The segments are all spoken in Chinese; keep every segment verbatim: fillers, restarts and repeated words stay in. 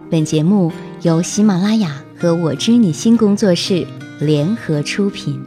本节目由喜马拉雅和我知你心工作室联合出品。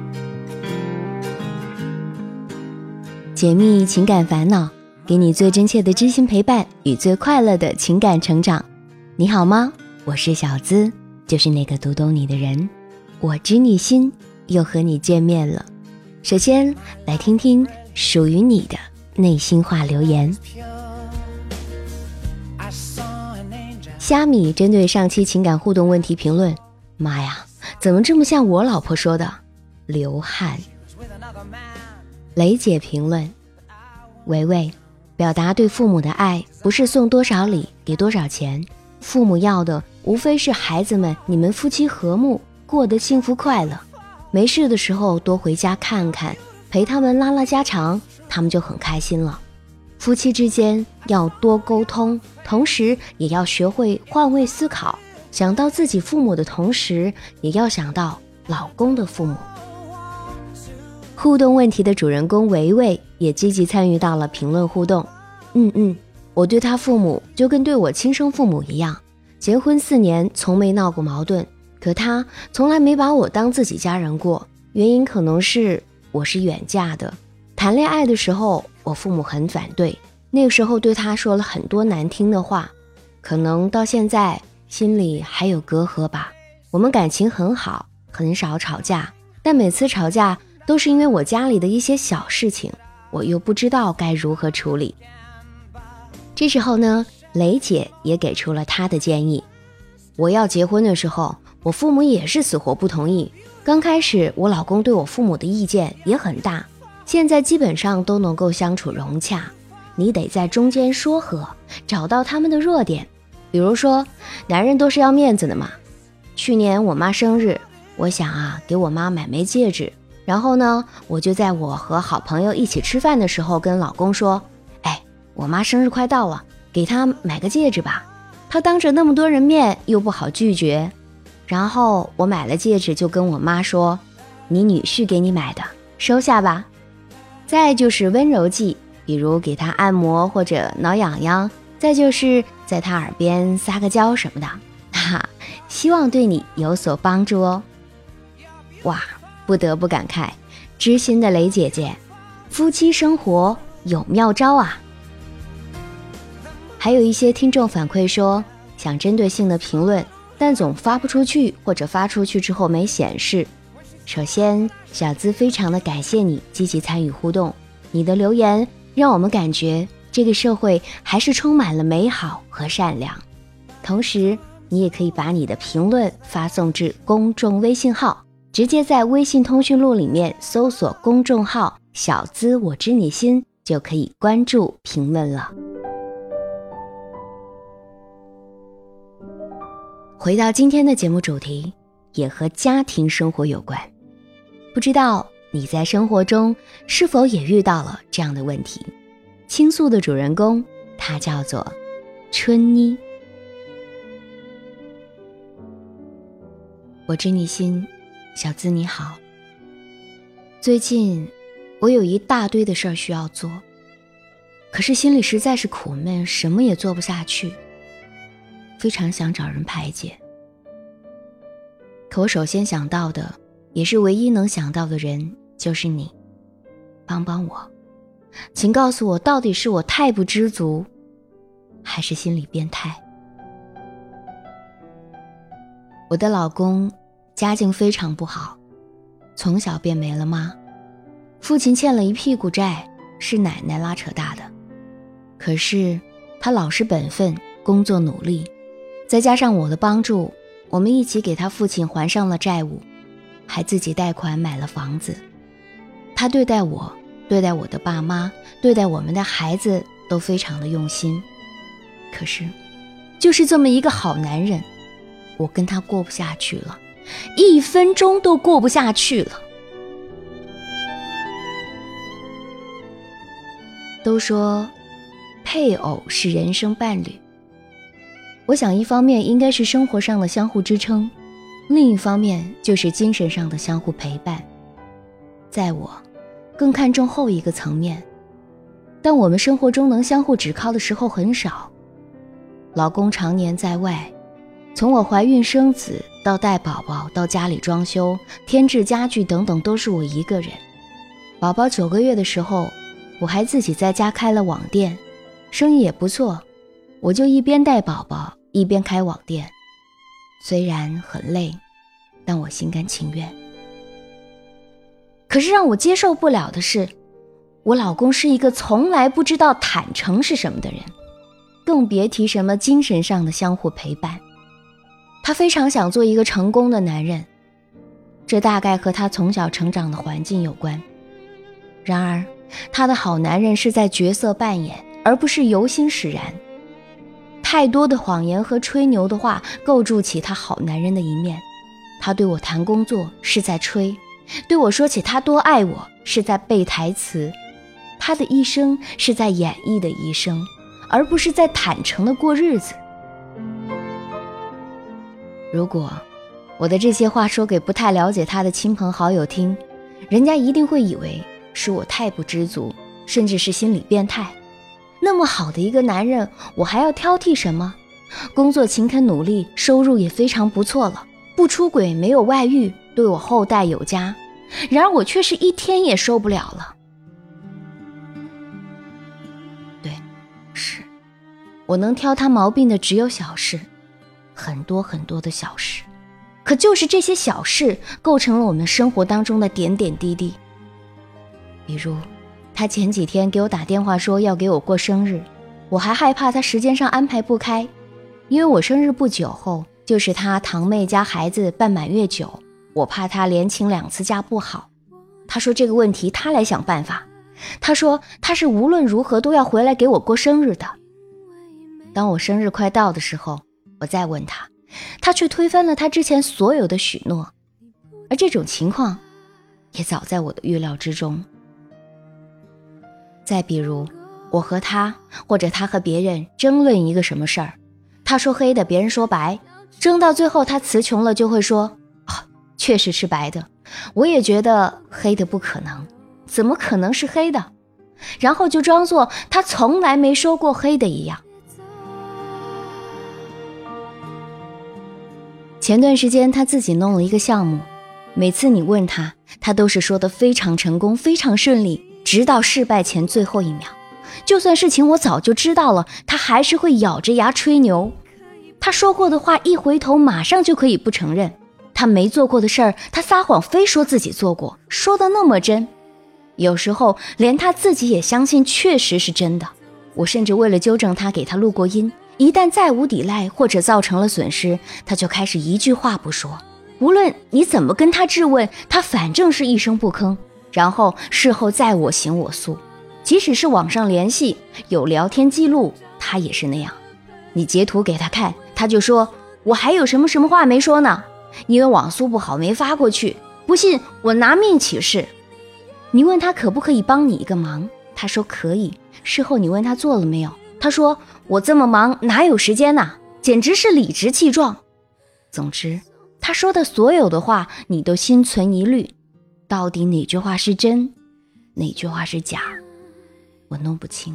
解密情感烦恼，给你最真切的知心陪伴与最快乐的情感成长。你好吗？我是小资，就是那个读懂你的人。我知你心，又和你见面了。首先来听听属于你的内心话留言。虾米针对上期情感互动问题评论，妈呀，怎么这么像我老婆说的？流汗。雷姐评论，维维，表达对父母的爱不是送多少礼给多少钱，父母要的无非是孩子们你们夫妻和睦，过得幸福快乐。没事的时候多回家看看，陪他们拉拉家常，他们就很开心了。夫妻之间要多沟通，同时也要学会换位思考，想到自己父母的同时，也要想到老公的父母。互动问题的主人公维维也积极参与到了评论互动。嗯嗯，我对他父母就跟对我亲生父母一样，结婚四年从没闹过矛盾，可他从来没把我当自己家人过，原因可能是我是远嫁的。谈恋爱的时候我父母很反对，那个时候对他说了很多难听的话，可能到现在心里还有隔阂吧。我们感情很好，很少吵架，但每次吵架都是因为我家里的一些小事情，我又不知道该如何处理。这时候呢，雷姐也给出了她的建议。我要结婚的时候，我父母也是死活不同意，刚开始我老公对我父母的意见也很大，现在基本上都能够相处融洽。你得在中间说和，找到他们的弱点。比如说，男人都是要面子的嘛。去年我妈生日，我想啊，给我妈买枚戒指。然后呢，我就在我和好朋友一起吃饭的时候跟老公说，哎，我妈生日快到了，给她买个戒指吧。她当着那么多人面又不好拒绝。然后我买了戒指就跟我妈说，你女婿给你买的，收下吧。再就是温柔剂，比如给他按摩或者挠痒痒，再就是在他耳边撒个娇什么的，哈哈，希望对你有所帮助哦。哇，不得不感慨，知心的雷姐姐，夫妻生活有妙招啊。还有一些听众反馈说，想针对性的评论，但总发不出去，或者发出去之后没显示。首先，小资非常的感谢你积极参与互动，你的留言让我们感觉这个社会还是充满了美好和善良。同时，你也可以把你的评论发送至公众微信号，直接在微信通讯录里面搜索公众号小资我知你心，就可以关注评论了。回到今天的节目主题，也和家庭生活有关。不知道你在生活中是否也遇到了这样的问题？倾诉的主人公，她叫做春妮。我知你心，小资你好。最近我有一大堆的事儿需要做，可是心里实在是苦闷，什么也做不下去，非常想找人排解。可我首先想到的，也是唯一能想到的人，就是你。帮帮我，请告诉我，到底是我太不知足，还是心理变态？我的老公家境非常不好，从小便没了妈，父亲欠了一屁股债，是奶奶拉扯大的。可是他老实本分，工作努力，再加上我的帮助，我们一起给他父亲还上了债务，还自己贷款买了房子。他对待我，对待我的爸妈，对待我们的孩子都非常的用心。可是就是这么一个好男人，我跟他过不下去了，一分钟都过不下去了。都说配偶是人生伴侣，我想一方面应该是生活上的相互支撑，另一方面就是精神上的相互陪伴。在我更看重后一个层面，但我们生活中能相互指靠的时候很少。 老公常年在外，从我怀孕生子到带宝宝到家里装修添置家具等等都是我一个人。宝宝九个月的时候，我还自己在家开了网店，生意也不错，我就一边带宝宝一边开网店，虽然很累，但我心甘情愿。可是让我接受不了的是，我老公是一个从来不知道坦诚是什么的人，更别提什么精神上的相互陪伴。他非常想做一个成功的男人，这大概和他从小成长的环境有关。然而他的好男人是在角色扮演，而不是由心使然。太多的谎言和吹牛的话构筑起他好男人的一面。他对我谈工作是在吹，对我说起他多爱我是在背台词。他的一生是在演绎的一生，而不是在坦诚的过日子。如果我的这些话说给不太了解他的亲朋好友听，人家一定会以为是我太不知足，甚至是心理变态。那么好的一个男人，我还要挑剔什么？工作勤恳努力，收入也非常不错了，不出轨，没有外遇，对我后代有加。然而我却是一天也受不了了。对，是我能挑他毛病的只有小事，很多很多的小事。可就是这些小事构成了我们生活当中的点点滴滴。比如他前几天给我打电话说要给我过生日，我还害怕他时间上安排不开，因为我生日不久后就是他堂妹家孩子办满月酒，我怕他连请两次假不好。他说这个问题他来想办法，他说他是无论如何都要回来给我过生日的。当我生日快到的时候，我再问他，他却推翻了他之前所有的许诺，而这种情况也早在我的预料之中。再比如我和他，或者他和别人争论一个什么事儿，他说黑的，别人说白，争到最后他词穷了就会说、哦、确实是白的，我也觉得黑的不可能，怎么可能是黑的，然后就装作他从来没说过黑的一样。前段时间他自己弄了一个项目，每次你问他，他都是说得非常成功，非常顺利，直到失败前最后一秒。就算事情我早就知道了，他还是会咬着牙吹牛。他说过的话一回头马上就可以不承认，他没做过的事儿，他撒谎非说自己做过，说得那么真，有时候连他自己也相信确实是真的。我甚至为了纠正他给他录过音，一旦再无抵赖或者造成了损失，他就开始一句话不说，无论你怎么跟他质问，他反正是一声不吭，然后事后再我行我素。即使是网上联系有聊天记录，他也是那样，你截图给他看，他就说我还有什么什么话没说呢，因为网速不好没发过去，不信我拿命起誓。你问他可不可以帮你一个忙，他说可以，事后你问他做了没有，他说我这么忙哪有时间啊，简直是理直气壮。总之他说的所有的话你都心存疑虑，到底哪句话是真，哪句话是假，我弄不清。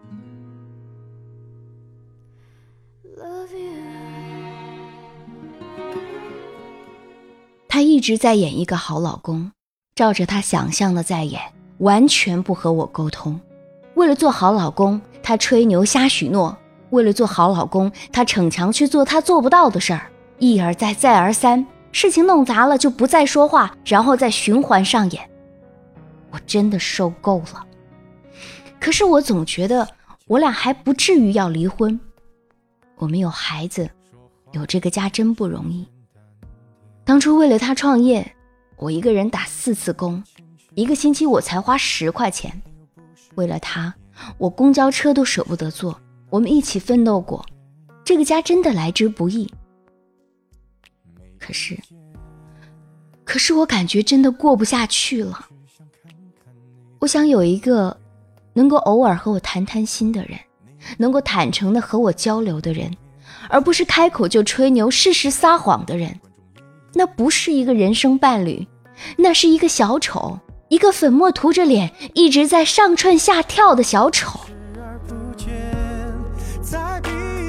他一直在演一个好老公，照着他想象的在演，完全不和我沟通。为了做好老公，他吹牛瞎许诺，为了做好老公，他逞强去做他做不到的事儿，一而再再而三，事情弄砸了就不再说话，然后再循环上演。我真的受够了。可是我总觉得我俩还不至于要离婚，我们有孩子，有这个家真不容易。当初为了他创业，我一个人打四次工，一个星期我才花十块钱。为了他，我公交车都舍不得坐，我们一起奋斗过，这个家真的来之不易。可是，可是我感觉真的过不下去了。我想有一个能够偶尔和我谈谈心的人，能够坦诚地和我交流的人，而不是开口就吹牛事事撒谎的人。那不是一个人生伴侣，那是一个小丑，一个粉末涂着脸一直在上蹿下跳的小丑。在一个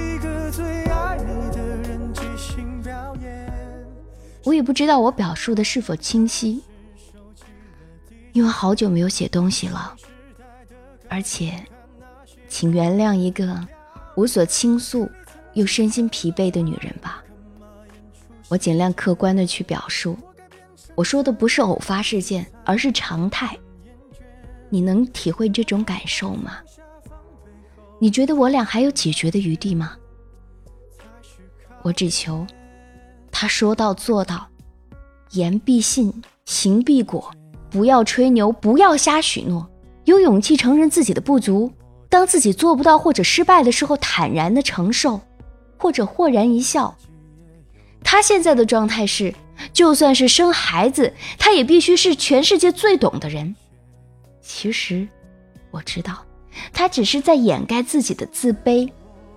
我也不知道我表述的是否清晰，因为好久没有写东西了，而且请原谅一个无所倾诉又身心疲惫的女人吧。我尽量客观地去表述，我说的不是偶发事件，而是常态。你能体会这种感受吗？你觉得我俩还有解决的余地吗？我只求他说到做到，言必信，行必果，不要吹牛，不要瞎许诺，有勇气承认自己的不足，当自己做不到或者失败的时候坦然地承受，或者豁然一笑。他现在的状态是，就算是生孩子，他也必须是全世界最懂的人。其实我知道他只是在掩盖自己的自卑。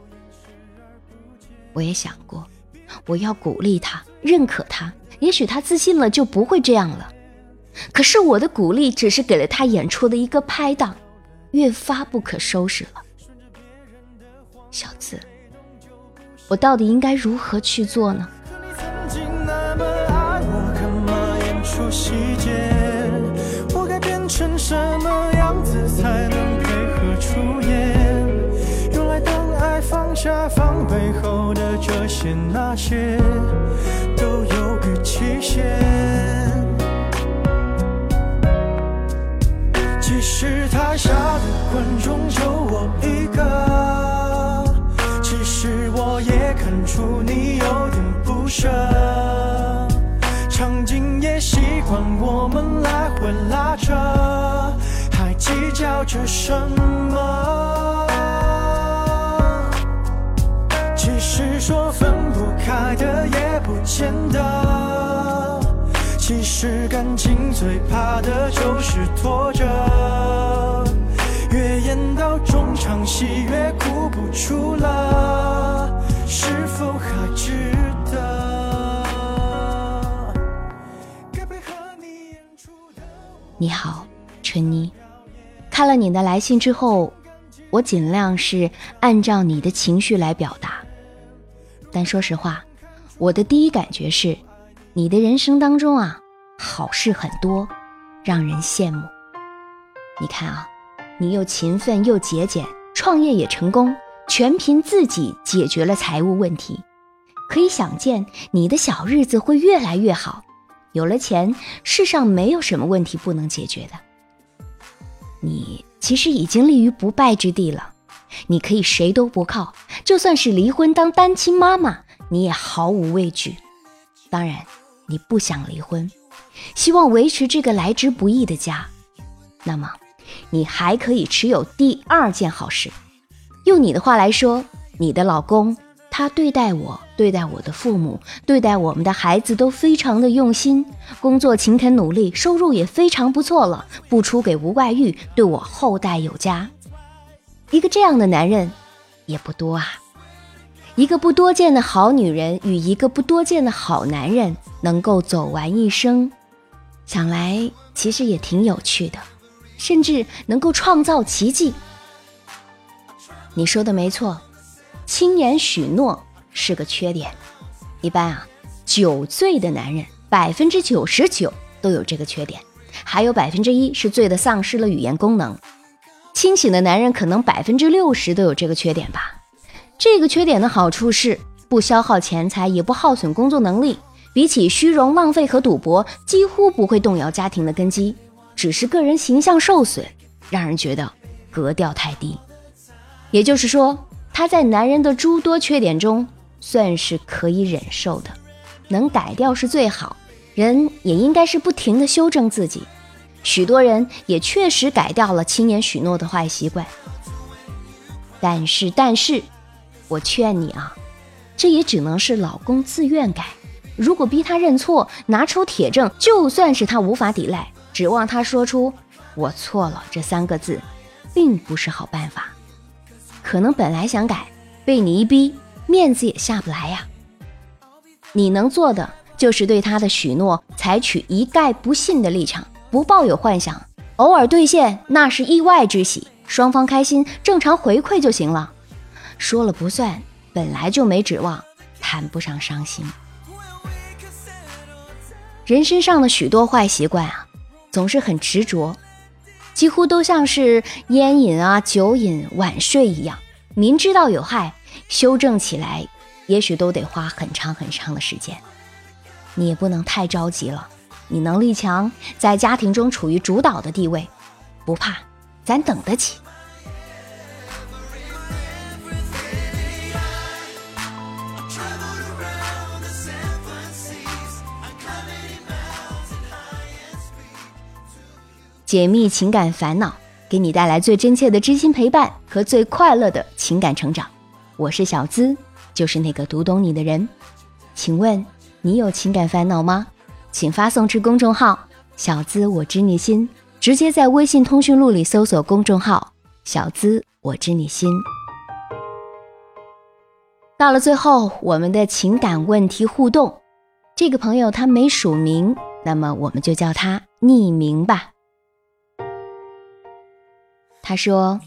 我也想过我要鼓励他，认可他，也许他自信了就不会这样了。可是我的鼓励只是给了他演出的一个拍档，越发不可收拾了。小子，我到底应该如何去做呢？ 我该变成什么样子才能配合出演？原来当爱放下防备后的这些那些都有个期限。即使台下的观众就我一个，其实我也看出你有点不舍，场景也习惯我们来回拉扯，还计较着什么？其实说分不开的也不见得，其实感情最怕的就是拖着，越演到中场戏越哭不出了，是否还值得？ 你好，春妮。看了你的来信之后，我尽量是按照你的情绪来表达。但说实话，我的第一感觉是，你的人生当中啊，好事很多，让人羡慕。你看啊，你又勤奋又节俭，创业也成功，全凭自己解决了财务问题。可以想见，你的小日子会越来越好。有了钱，世上没有什么问题不能解决的。你其实已经立于不败之地了，你可以谁都不靠，就算是离婚当单亲妈妈，你也毫无畏惧。当然，你不想离婚，希望维持这个来之不易的家，那么你还可以持有第二件好事。用你的话来说，你的老公他对待我，对待我的父母，对待我们的孩子都非常的用心，工作勤恳努力，收入也非常不错了，不出轨无外遇，对我后代有加。一个这样的男人也不多啊。一个不多见的好女人与一个不多见的好男人能够走完一生，想来其实也挺有趣的，甚至能够创造奇迹。你说的没错，轻言许诺是个缺点。一般啊，酒醉的男人百分之九十九都有这个缺点，还有百分之一是醉的丧失了语言功能。清醒的男人可能百分之六十都有这个缺点吧。这个缺点的好处是不消耗钱财，也不耗损工作能力，比起虚荣、浪费和赌博，几乎不会动摇家庭的根基，只是个人形象受损，让人觉得格调太低。也就是说，他在男人的诸多缺点中算是可以忍受的，能改掉是最好，人也应该是不停地修正自己。许多人也确实改掉了轻言许诺的坏习惯。但是但是我劝你啊，这也只能是老公自愿改，如果逼他认错，拿出铁证，就算是他无法抵赖，指望他说出我错了这三个字，并不是好办法。可能本来想改，被你一逼，面子也下不来呀。你能做的就是对他的许诺采取一概不信的立场，不抱有幻想，偶尔兑现那是意外之喜，双方开心，正常回馈就行了。说了不算，本本来就没指望，谈不上伤心。人身上的许多坏习惯啊，总是很执着，几乎都像是烟瘾啊、酒瘾、晚睡一样，明知道有害，修正起来也许都得花很长很长的时间。你也不能太着急了，你能力强，在家庭中处于主导的地位，不怕，咱等得起。解密情感烦恼，给你带来最真切的知心陪伴和最快乐的情感成长。我是小资，就是那个读懂你的人。请问你有情感烦恼吗？请发送至公众号小资我知你心，直接在微信通讯录里搜索公众号小资我知你心。到了最后，我们的情感问题互动，这个朋友他没署名，那么我们就叫他匿名吧。他说，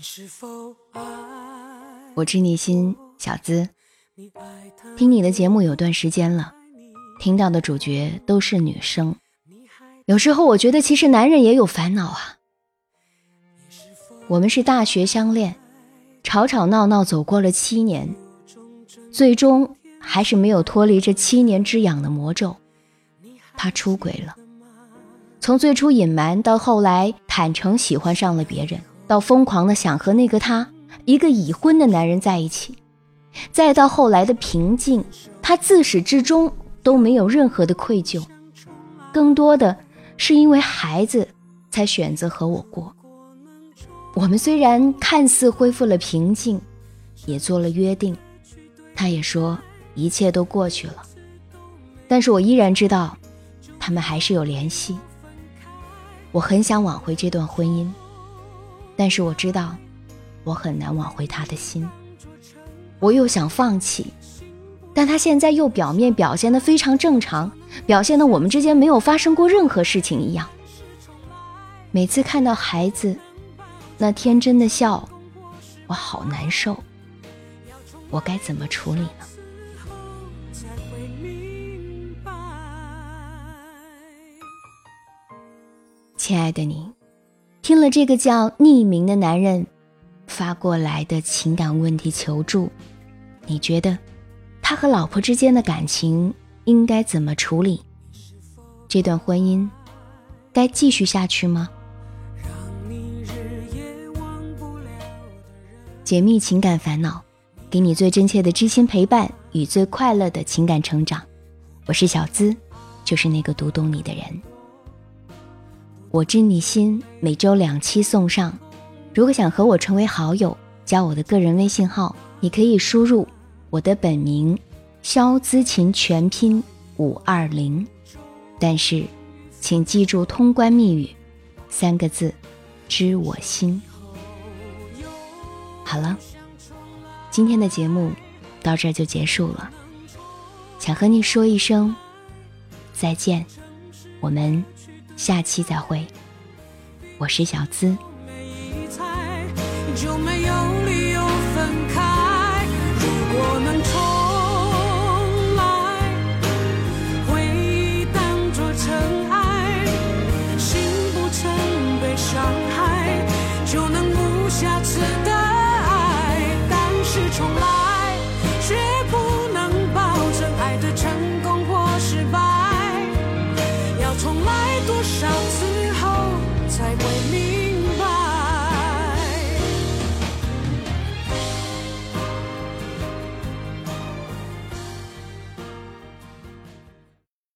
我知你心，小资，听你的节目有段时间了，听到的主角都是女生，有时候我觉得其实男人也有烦恼啊。我们是大学相恋，吵吵闹闹走过了七年，最终还是没有脱离这七年之痒的魔咒。他出轨了，从最初隐瞒到后来坦诚喜欢上了别人，到疯狂的想和那个他，一个已婚的男人在一起，再到后来的平静，他自始至终都没有任何的愧疚，更多的是因为孩子才选择和我过。我们虽然看似恢复了平静，也做了约定，他也说一切都过去了，但是我依然知道他们还是有联系。我很想挽回这段婚姻，但是我知道我很难挽回他的心。我又想放弃，但他现在又表面表现得非常正常，表现得我们之间没有发生过任何事情一样。每次看到孩子那天真的笑，我好难受，我该怎么处理呢？亲爱的你，听了这个叫匿名的男人发过来的情感问题求助，你觉得他和老婆之间的感情应该怎么处理？这段婚姻该继续下去吗？解密情感烦恼，给你最真切的知心陪伴与最快乐的情感成长。我是小资，就是那个读懂你的人。我知你心每周两期送上，如果想和我成为好友，加我的个人微信号，你可以输入我的本名肖资琴全拼五二零，但是请记住通关密语三个字，知我心。好了，今天的节目到这就结束了，想和你说一声再见，我们下期再会。我是小资。